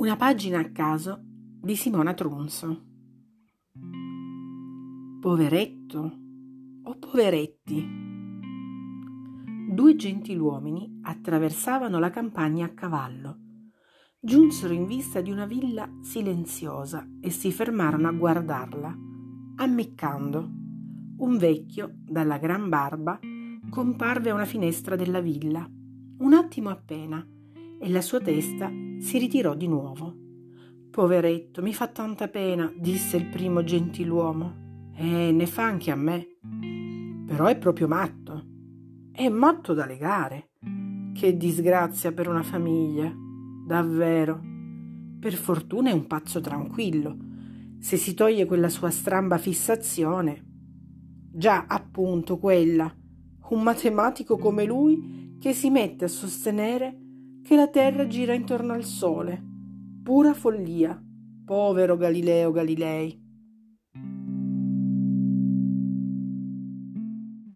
Una pagina a caso di Simona Trunzo. Poveretto o poveretti? Due gentiluomini attraversavano la campagna a cavallo. Giunsero in vista di una villa silenziosa e si fermarono a guardarla, ammiccando. Un vecchio, dalla gran barba, comparve a una finestra della villa. Un attimo appena, e la sua testa si ritirò di nuovo. «Poveretto, mi fa tanta pena», disse il primo gentiluomo. Ne fa anche a me. Però è proprio matto. È matto da legare. Che disgrazia per una famiglia. Davvero. Per fortuna è un pazzo tranquillo. Se si toglie quella sua stramba fissazione. Già, appunto, quella. Un matematico come lui che si mette a sostenere che la Terra gira intorno al Sole. Pura follia. Povero Galileo Galilei.